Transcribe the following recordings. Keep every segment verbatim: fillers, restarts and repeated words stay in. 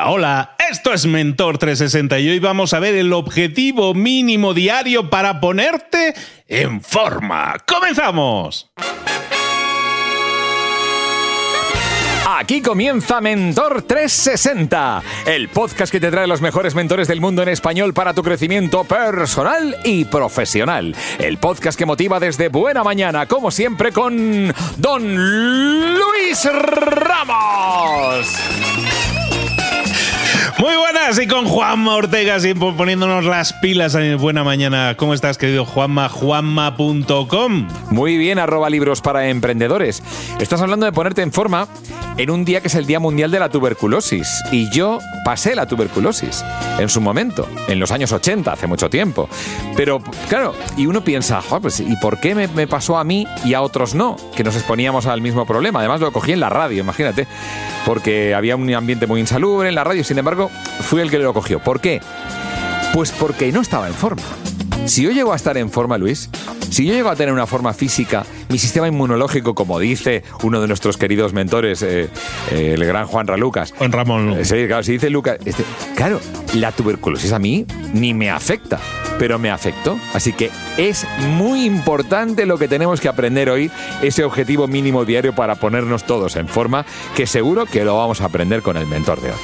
Hola, hola, esto es Mentor trescientos sesenta y hoy vamos a ver el objetivo mínimo diario para ponerte en forma. ¡Comenzamos! Aquí comienza Mentor trescientos sesenta, el podcast que te trae los mejores mentores del mundo en español para tu crecimiento personal y profesional. El podcast que motiva desde buena mañana, como siempre, con Don Luis Ramos. Muy buenas, y con Juanma Ortega, siempre poniéndonos las pilas en buena mañana. ¿Cómo estás, querido Juanma? Juanma punto com. Muy bien, arroba libros para emprendedores. Estás hablando de ponerte en forma en un día que es el Día Mundial de la Tuberculosis. Y yo pasé la tuberculosis en su momento, en los años ochenta, hace mucho tiempo. Pero, claro, y uno piensa, pues, ¿y por qué me, me pasó a mí y a otros no? Que nos exponíamos al mismo problema. Además, lo cogí en la radio, imagínate, porque había un ambiente muy insalubre en la radio. Sin embargo, fui el que lo cogió. ¿Por qué? Pues porque no estaba en forma. Si yo llego a estar en forma, Luis, si yo llego a tener una forma física, mi sistema inmunológico, como dice uno de nuestros queridos mentores, eh, eh, el gran Juan Ralucas. Juan Ramón. Eh, sí, claro, si dice Lucas, este, claro, la tuberculosis a mí ni me afecta, pero me afectó. Así que es muy importante lo que tenemos que aprender hoy, ese objetivo mínimo diario para ponernos todos en forma, que seguro que lo vamos a aprender con el mentor de hoy.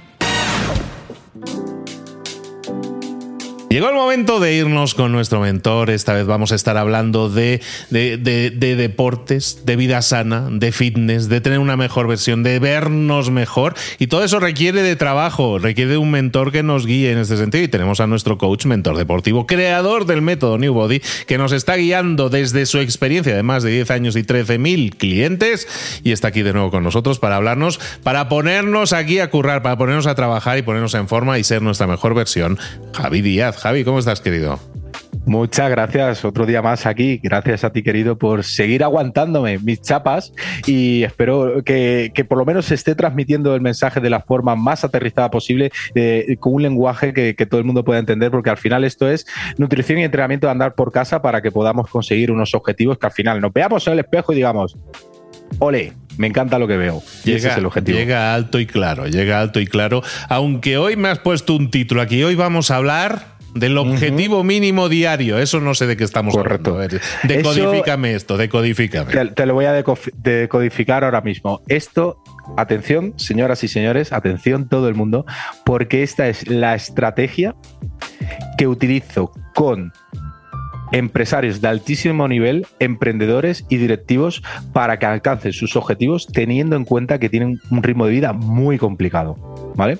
Llegó el momento de irnos con nuestro mentor. Esta vez vamos a estar hablando de, de, de, de deportes, de vida sana, de fitness, de tener una mejor versión, de vernos mejor. Y todo eso requiere de trabajo, requiere de un mentor que nos guíe en este sentido. Y tenemos a nuestro coach, mentor deportivo, creador del método New Body, que nos está guiando desde su experiencia de más de diez años y trece mil clientes. Y está aquí de nuevo con nosotros para hablarnos, para ponernos aquí a currar, para ponernos a trabajar y ponernos en forma y ser nuestra mejor versión. Javi Díaz. Javi, ¿cómo estás, querido? Muchas gracias, otro día más aquí. Gracias a ti, querido, por seguir aguantándome mis chapas y espero que, que por lo menos se esté transmitiendo el mensaje de la forma más aterrizada posible, eh, con un lenguaje que, que todo el mundo pueda entender, porque al final esto es nutrición y entrenamiento de andar por casa para que podamos conseguir unos objetivos que al final nos veamos en el espejo y digamos, ¡ole! Me encanta lo que veo. Y llega, ese es el objetivo. Llega alto y claro, llega alto y claro. Aunque hoy me has puesto un título aquí, hoy vamos a hablar del objetivo uh-huh. mínimo diario. Eso no sé de qué estamos Correcto. hablando. Decodifícame Eso, esto, decodifícame. Te, te lo voy a decodificar ahora mismo. Esto, atención, señoras y señores, atención todo el mundo, porque esta es la estrategia que utilizo con empresarios de altísimo nivel, emprendedores y directivos para que alcancen sus objetivos teniendo en cuenta que tienen un ritmo de vida muy complicado, ¿vale?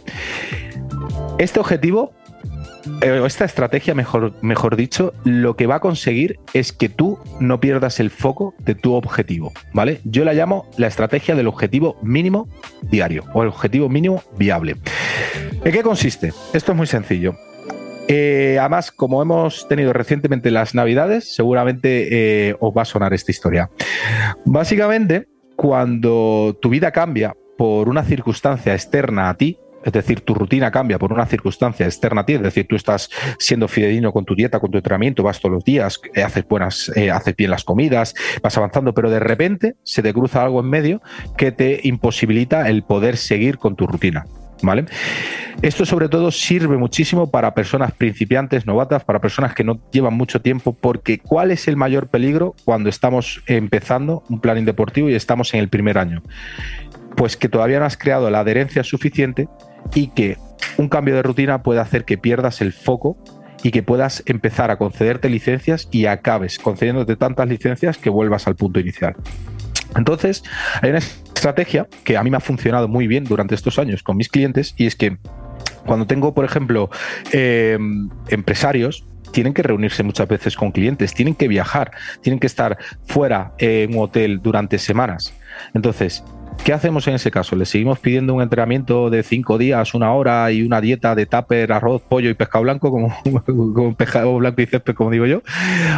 Este objetivo, eh, esta estrategia, mejor, mejor dicho, lo que va a conseguir es que tú no pierdas el foco de tu objetivo, ¿vale? Yo la llamo la estrategia del objetivo mínimo diario o el objetivo mínimo viable. ¿En qué consiste? Esto es muy sencillo. Eh, además, como hemos tenido recientemente las Navidades, seguramente eh, os va a sonar esta historia. Básicamente, cuando tu vida cambia por una circunstancia externa a ti, es decir, tu rutina cambia por una circunstancia externa a ti, es decir, tú estás siendo fidedigno con tu dieta, con tu entrenamiento, vas todos los días, eh, haces buenas, eh, haces bien las comidas, vas avanzando, pero de repente se te cruza algo en medio que te imposibilita el poder seguir con tu rutina, ¿vale? Esto sobre todo sirve muchísimo para personas principiantes, novatas, para personas que no llevan mucho tiempo, porque ¿cuál es el mayor peligro cuando estamos empezando un planning deportivo y estamos en el primer año? Pues que todavía no has creado la adherencia suficiente y que un cambio de rutina puede hacer que pierdas el foco y que puedas empezar a concederte licencias y acabes concediéndote tantas licencias que vuelvas al punto inicial. Entonces, hay una estrategia que a mí me ha funcionado muy bien durante estos años con mis clientes, y es que cuando tengo, por ejemplo, eh, empresarios, tienen que reunirse muchas veces con clientes, tienen que viajar, tienen que estar fuera en un hotel durante semanas. Entonces, ¿qué hacemos en ese caso? ¿Les seguimos pidiendo un entrenamiento de cinco días, una hora y una dieta de tupper, arroz, pollo y pescado blanco, como, como pescado blanco y césped, como digo yo?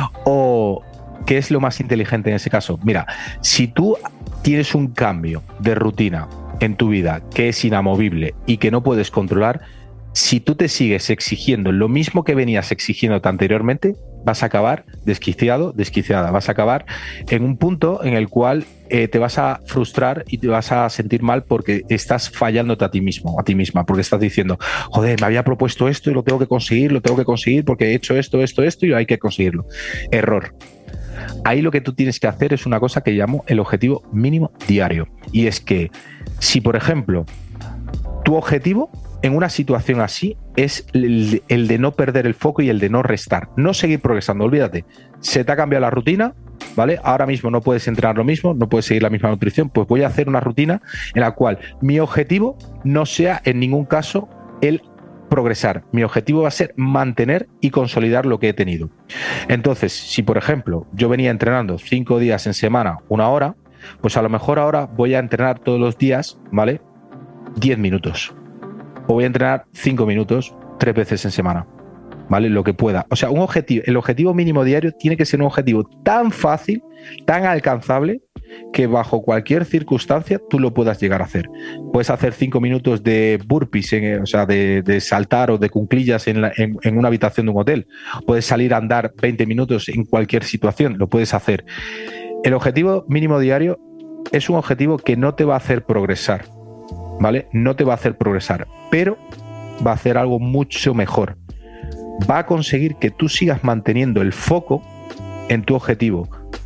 ¿O qué es lo más inteligente en ese caso? Mira, si tú tienes un cambio de rutina en tu vida que es inamovible y que no puedes controlar, si tú te sigues exigiendo lo mismo que venías exigiéndote anteriormente, vas a acabar desquiciado, desquiciada. Vas a acabar en un punto en el cual eh, te vas a frustrar y te vas a sentir mal porque estás fallándote a ti mismo, a ti misma, porque estás diciendo, joder, me había propuesto esto y lo tengo que conseguir, lo tengo que conseguir porque he hecho esto, esto, esto y hay que conseguirlo. Error. Ahí lo que tú tienes que hacer es una cosa que llamo el objetivo mínimo diario. Y es que si, por ejemplo, tu objetivo en una situación así es el, el de no perder el foco y el de no restar, no seguir progresando, olvídate, se te ha cambiado la rutina, ¿vale? Ahora mismo no puedes entrenar lo mismo, no puedes seguir la misma nutrición, pues voy a hacer una rutina en la cual mi objetivo no sea en ningún caso el progresar, mi objetivo va a ser mantener y consolidar lo que he tenido. Entonces, si por ejemplo yo venía entrenando cinco días en semana, una hora, pues a lo mejor ahora voy a entrenar todos los días, ¿vale? diez minutos. O voy a entrenar cinco minutos tres veces en semana, ¿vale? Lo que pueda. O sea, un objetivo, el objetivo mínimo diario tiene que ser un objetivo tan fácil, tan alcanzable, que bajo cualquier circunstancia tú lo puedas llegar a hacer. Puedes hacer cinco minutos de burpees, en, o sea, de, de saltar o de cuclillas en, la, en, en una habitación de un hotel. Puedes salir a andar veinte minutos en cualquier situación, lo puedes hacer. El objetivo mínimo diario es un objetivo que no te va a hacer progresar, ¿vale? No te va a hacer progresar, pero va a hacer algo mucho mejor. Va a conseguir que tú sigas manteniendo el foco en tu objetivo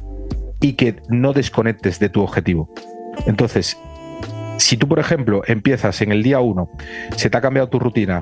y que no desconectes de tu objetivo. Entonces, si tú, por ejemplo, empiezas en el día uno, se te ha cambiado tu rutina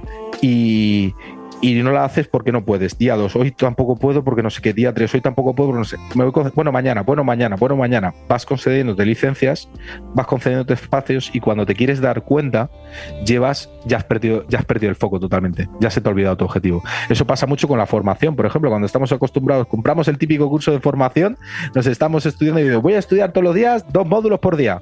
y, y no la haces porque no puedes. Día dos, hoy tampoco puedo porque no sé qué. Día tres, hoy tampoco puedo porque no sé. Me voy con, bueno, mañana, bueno, mañana, bueno, mañana. Vas concediéndote licencias, vas concediéndote espacios y cuando te quieres dar cuenta, llevas, ya has perdido, ya has perdido el foco totalmente. Ya se te ha olvidado tu objetivo. Eso pasa mucho con la formación. Por ejemplo, cuando estamos acostumbrados, compramos el típico curso de formación, nos estamos estudiando y digo, voy a estudiar todos los días dos módulos por día.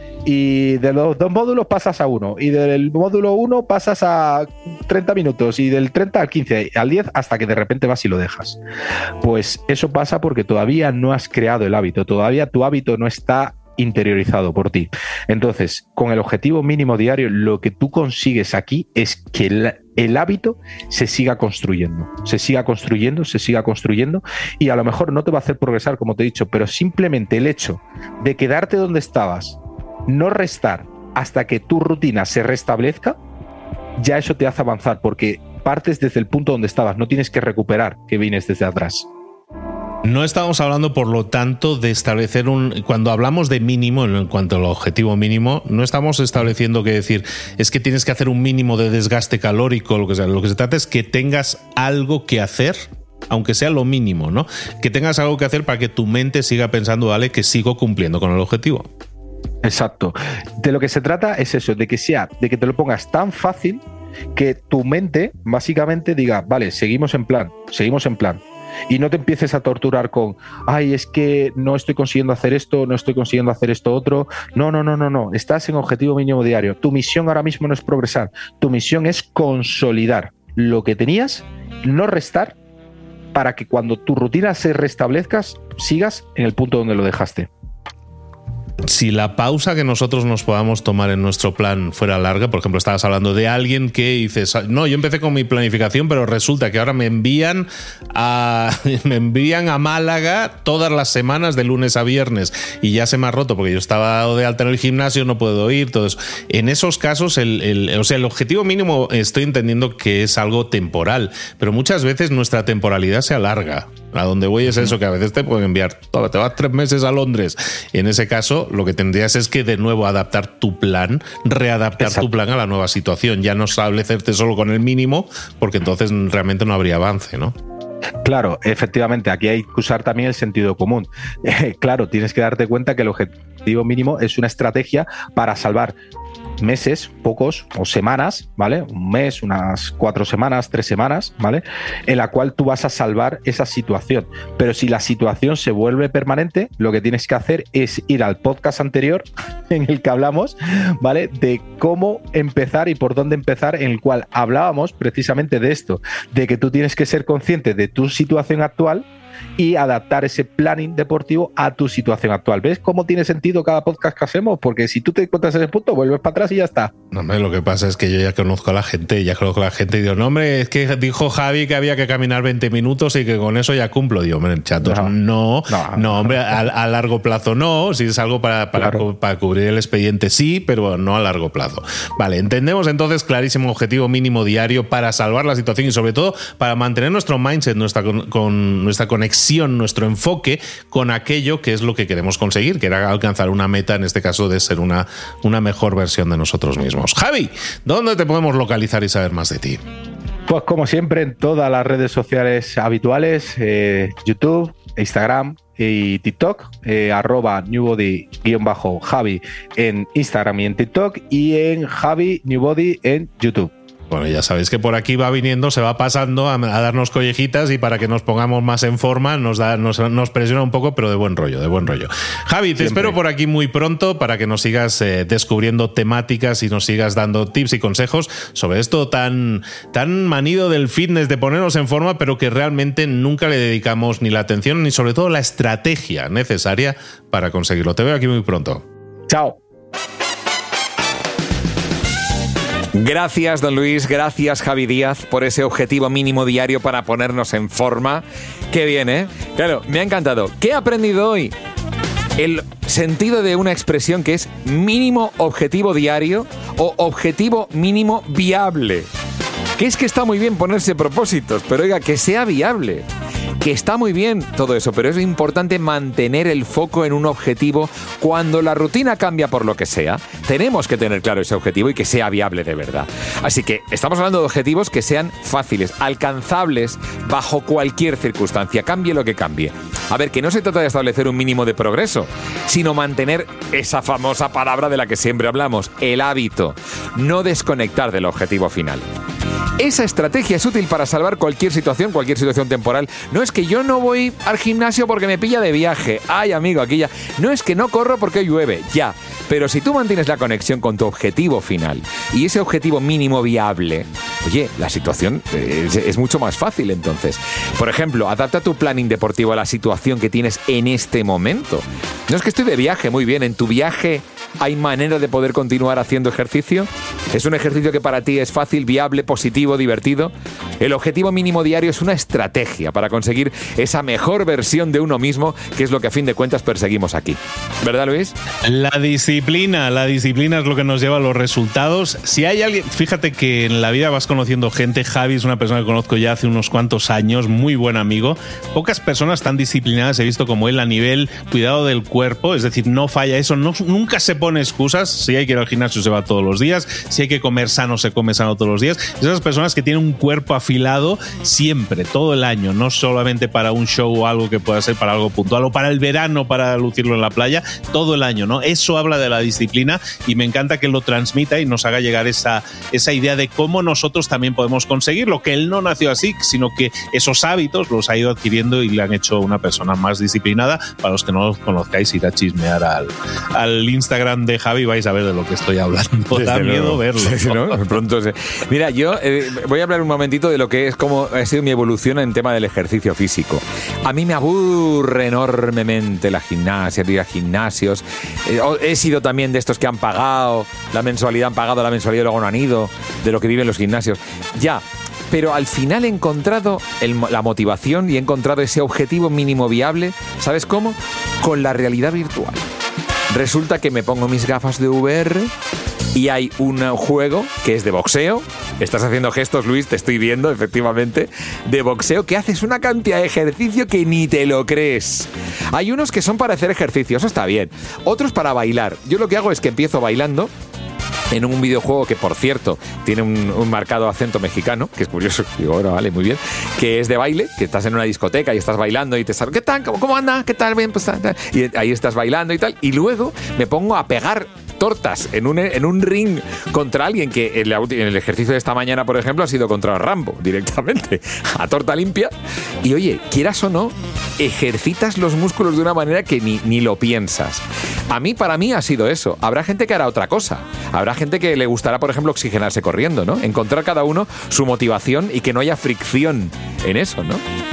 Y de los dos módulos pasas a uno, y del módulo uno pasas a treinta minutos, y del treinta al quince, al diez, hasta que de repente vas y lo dejas. Pues eso pasa porque todavía no has creado el hábito, todavía tu hábito no está interiorizado por ti. Entonces, con el objetivo mínimo diario, lo que tú consigues aquí es que el, el hábito se siga construyendo, se siga construyendo, se siga construyendo, y a lo mejor no te va a hacer progresar, como te he dicho, pero simplemente el hecho de quedarte donde estabas, no restar hasta que tu rutina se restablezca, ya eso te hace avanzar porque partes desde el punto donde estabas, no tienes que recuperar que vienes desde atrás. No estamos hablando, por lo tanto, de establecer un... Cuando hablamos de mínimo, en cuanto al objetivo mínimo, no estamos estableciendo que decir, es que tienes que hacer un mínimo de desgaste calórico, lo que sea. Lo que se trata es que tengas algo que hacer, aunque sea lo mínimo, ¿no? Que tengas algo que hacer para que tu mente siga pensando, vale, que sigo cumpliendo con el objetivo. Exacto. De lo que se trata es eso, de que sea, de que te lo pongas tan fácil que tu mente básicamente diga, vale, seguimos en plan, seguimos en plan. Y no te empieces a torturar con, ay, es que no estoy consiguiendo hacer esto, no estoy consiguiendo hacer esto otro. No, no, no, no, no. Estás en objetivo mínimo diario. Tu misión ahora mismo no es progresar. Tu misión es consolidar lo que tenías, no restar, para que cuando tu rutina se restablezca, sigas en el punto donde lo dejaste. Si la pausa que nosotros nos podamos tomar en nuestro plan fuera larga, por ejemplo, estabas hablando de alguien que dices, no, yo empecé con mi planificación, pero resulta que ahora me envían a, me envían a Málaga todas las semanas de lunes a viernes y ya se me ha roto porque yo estaba de alta en el gimnasio, no puedo ir, todo eso. En esos casos, el, el, o sea, el objetivo mínimo estoy entendiendo que es algo temporal, pero muchas veces nuestra temporalidad se alarga. A donde voy es eso, que a veces te pueden enviar, te vas tres meses a Londres. Y en ese caso, lo que tendrías es que de nuevo adaptar tu plan, readaptar Exacto. tu plan a la nueva situación. Ya no establecerte solo con el mínimo, porque entonces realmente no habría avance, ¿no? Claro, efectivamente, aquí hay que usar también el sentido común. Eh, claro, tienes que darte cuenta que el objetivo mínimo es una estrategia para salvar meses, pocos o semanas, ¿vale? Un mes, unas cuatro semanas, tres semanas, ¿vale? En la cual tú vas a salvar esa situación. Pero si la situación se vuelve permanente, lo que tienes que hacer es ir al podcast anterior en el que hablamos, ¿vale? De cómo empezar y por dónde empezar, en el cual hablábamos precisamente de esto, de que tú tienes que ser consciente de tu situación actual, y adaptar ese planning deportivo a tu situación actual. ¿Ves cómo tiene sentido cada podcast que hacemos? Porque si tú te encuentras en ese punto, vuelves para atrás y ya está. No, hombre, lo que pasa es que yo ya conozco a la gente, ya conozco a la gente y digo, no, hombre, es que dijo Javi que había que caminar veinte minutos y que con eso ya cumplo. Digo, hombre, chatos, no, no, no, no hombre, a, a largo plazo no, si es algo para, para, claro. para cubrir el expediente sí, pero no a largo plazo. Vale, entendemos entonces clarísimo objetivo mínimo diario para salvar la situación y sobre todo para mantener nuestro mindset, nuestra, con, con nuestra conexión, nuestro enfoque con aquello que es lo que queremos conseguir, que era alcanzar una meta, en este caso de ser una, una mejor versión de nosotros mismos. Javi, ¿dónde te podemos localizar y saber más de ti? Pues como siempre en todas las redes sociales habituales, eh, YouTube, Instagram y TikTok, eh, arroba newbody-javi en Instagram y en TikTok y en Javi Newbody en YouTube. Bueno, ya sabéis que por aquí va viniendo, se va pasando a, a darnos collejitas y para que nos pongamos más en forma nos da, nos, nos presiona un poco, pero de buen rollo, de buen rollo. Javi, te Siempre. espero por aquí muy pronto para que nos sigas eh, descubriendo temáticas y nos sigas dando tips y consejos sobre esto tan, tan manido del fitness, de ponernos en forma, pero que realmente nunca le dedicamos ni la atención ni sobre todo la estrategia necesaria para conseguirlo. Te veo aquí muy pronto. Chao. Gracias, don Luis, gracias, Javi Díaz, por ese objetivo mínimo diario para ponernos en forma. Qué bien, ¿eh? Claro, me ha encantado. ¿Qué he aprendido hoy? El sentido de una expresión que es mínimo objetivo diario o objetivo mínimo viable. Que es que está muy bien ponerse propósitos, pero oiga, que sea viable. Que está muy bien todo eso, pero es importante mantener el foco en un objetivo. Cuando la rutina cambia por lo que sea, tenemos que tener claro ese objetivo y que sea viable de verdad. Así que estamos hablando de objetivos que sean fáciles, alcanzables bajo cualquier circunstancia, cambie lo que cambie. A ver, que no se trata de establecer un mínimo de progreso, sino mantener esa famosa palabra de la que siempre hablamos, el hábito, no desconectar del objetivo final. Esa estrategia es útil para salvar cualquier situación, cualquier situación temporal. No es que yo no voy al gimnasio porque me pilla de viaje. Ay, amigo, aquí ya. No es que no corro porque llueve, ya. Pero si tú mantienes la conexión con tu objetivo final y ese objetivo mínimo viable, oye, la situación es, es mucho más fácil entonces. Por ejemplo, adapta tu planning deportivo a la situación que tienes en este momento. No es que estoy de viaje, muy bien. En tu viaje ¿hay manera de poder continuar haciendo ejercicio? ¿Es un ejercicio que para ti es fácil, viable, positivo, divertido? El objetivo mínimo diario es una estrategia para conseguir esa mejor versión de uno mismo, que es lo que a fin de cuentas perseguimos aquí. ¿Verdad, Luis? La disciplina, la disciplina es lo que nos lleva a los resultados. Si hay alguien, fíjate que en la vida vas conociendo gente. Javi es una persona que conozco ya hace unos cuantos años, muy buen amigo. Pocas personas tan disciplinadas he visto como él a nivel cuidado del cuerpo, es decir, no falla eso, no, nunca se pone excusas. Si hay que ir al gimnasio se va todos los días, si hay que comer sano se come sano todos los días. Esas personas que tienen un cuerpo afilado siempre, todo el año, no solamente para un show o algo que pueda ser para algo puntual o para el verano, para lucirlo en la playa, todo el año, ¿no? Eso habla de la disciplina y me encanta que lo transmita y nos haga llegar esa, esa idea de cómo nosotros también podemos conseguirlo, que él no nació así, sino que esos hábitos los ha ido adquiriendo y le han hecho una persona más disciplinada. Para los que no los conozcáis, ir a chismear al, al Instagram de Javi, vais a ver de lo que estoy hablando. Da miedo verlo. Sí, ¿no? Pronto sí. Mira, yo eh, voy a hablar un momentito de lo que es cómo ha sido mi evolución en tema del ejercicio físico. A mí me aburre enormemente la gimnasia, ir a gimnasios. Eh, he sido también de estos que han pagado la mensualidad, han pagado la mensualidad y luego no han ido, de lo que viven los gimnasios. Ya. Pero al final he encontrado el, la motivación y he encontrado ese objetivo mínimo viable. ¿Sabes cómo? Con la realidad virtual. Resulta que me pongo mis gafas de V R y hay un juego que es de boxeo. Estás haciendo gestos, Luis, te estoy viendo, efectivamente. De boxeo, que haces una cantidad de ejercicio que ni te lo crees. Hay unos que son para hacer ejercicio, eso está bien. Otros para bailar. Yo lo que hago es que empiezo bailando en un videojuego que, por cierto, tiene un, un marcado acento mexicano, que es curioso, digo, bueno, vale, muy bien, que es de baile, que estás en una discoteca y estás bailando y te estás, ¿qué tal? ¿Cómo, cómo anda? ¿Qué tal? Bien, pues, y ahí estás bailando y tal, y luego me pongo a pegar tortas en un, en un ring contra alguien que en, la, en el ejercicio de esta mañana, por ejemplo, ha sido contra Rambo directamente, a torta limpia. Y oye, quieras o no, ejercitas los músculos de una manera que ni, ni lo piensas. A mí, para mí, ha sido eso. Habrá gente que hará otra cosa. Habrá gente que le gustará, por ejemplo, oxigenarse corriendo, ¿no? Encontrar cada uno su motivación y que no haya fricción en eso, ¿no?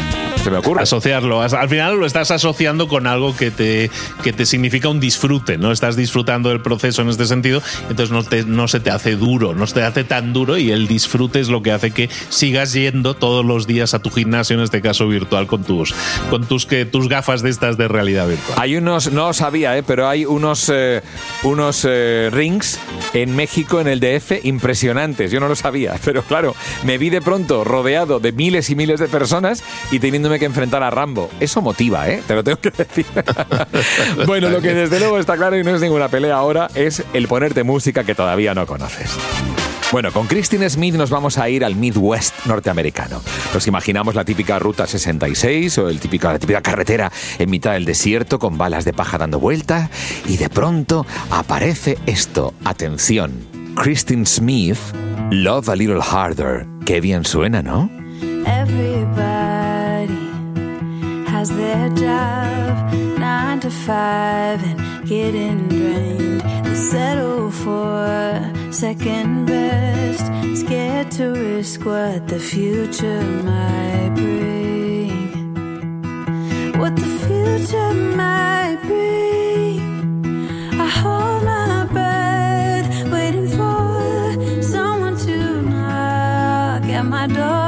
Se me ocurre. Asociarlo. Al final lo estás asociando con algo que te, que te significa un disfrute, ¿no? Estás disfrutando del proceso en este sentido, entonces no, te, no se te hace duro, no se te hace tan duro, y el disfrute es lo que hace que sigas yendo todos los días a tu gimnasio, en este caso virtual, con tus, con tus, que, tus gafas de estas de realidad virtual. Hay unos, no lo sabía, ¿eh? pero hay unos, eh, unos eh, rings en México, en el D F, impresionantes. Yo no lo sabía, pero claro, me vi de pronto rodeado de miles y miles de personas y teniéndome que enfrentar a Rambo. Eso motiva, ¿eh? Te lo tengo que decir. Bueno, lo que desde luego está claro y no es ninguna pelea ahora es el ponerte música que todavía no conoces. Bueno, con Christine Smith nos vamos a ir al Midwest norteamericano. Nos imaginamos la típica Ruta sesenta y seis o el típico, la típica carretera en mitad del desierto con balas de paja dando vueltas, y de pronto aparece esto. Atención, Christine Smith, Love a Little Harder. Qué bien suena, ¿no? Everybody has their job, nine to five and getting drained. They settle for second best, scared to risk what the future might bring. What the future might bring. I hold my breath, waiting for someone to knock at my door.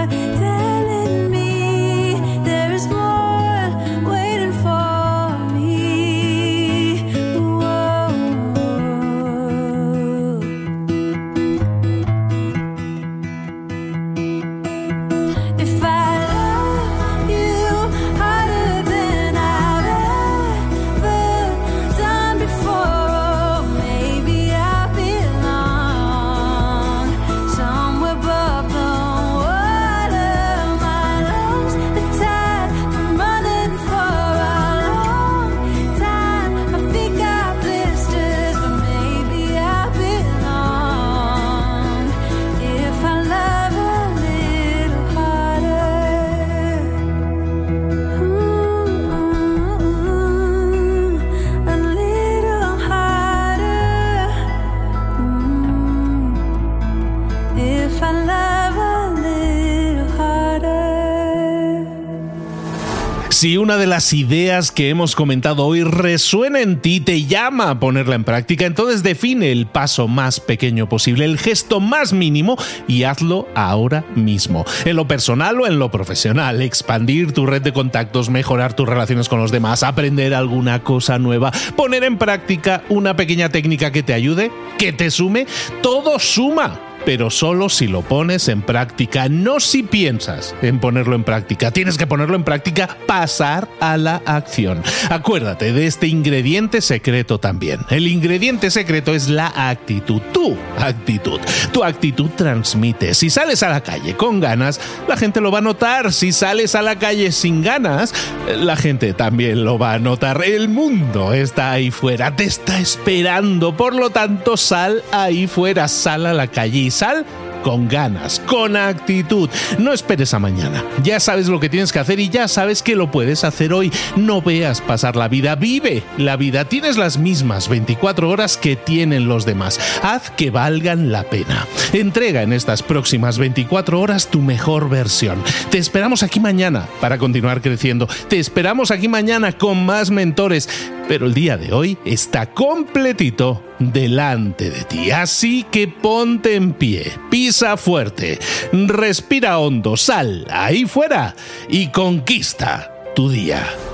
Si una de las ideas que hemos comentado hoy resuena en ti, te llama a ponerla en práctica, entonces define el paso más pequeño posible, el gesto más mínimo, y hazlo ahora mismo. En lo personal o en lo profesional, expandir tu red de contactos, mejorar tus relaciones con los demás, aprender alguna cosa nueva, poner en práctica una pequeña técnica que te ayude, que te sume, todo suma. Pero solo si lo pones en práctica, no si piensas en ponerlo en práctica. Tienes que ponerlo en práctica, pasar a la acción. Acuérdate de este ingrediente secreto también. El ingrediente secreto es la actitud, tu actitud. Tu actitud transmite. Si sales a la calle con ganas, la gente lo va a notar. Si sales a la calle sin ganas, la gente también lo va a notar. El mundo está ahí fuera, te está esperando. Por lo tanto, sal ahí fuera, sal a la calle. Sal con ganas, con actitud. No esperes a mañana. Ya sabes lo que tienes que hacer y ya sabes que lo puedes hacer hoy. No veas pasar la vida, vive la vida. Tienes las mismas veinticuatro horas que tienen los demás. Haz que valgan la pena. Entrega en estas próximas veinticuatro horas tu mejor versión. Te esperamos aquí mañana para continuar creciendo. Te esperamos aquí mañana con más mentores. Pero el día de hoy está completito delante de ti. Así que ponte en pie, pisa fuerte, respira hondo, sal ahí fuera y conquista tu día.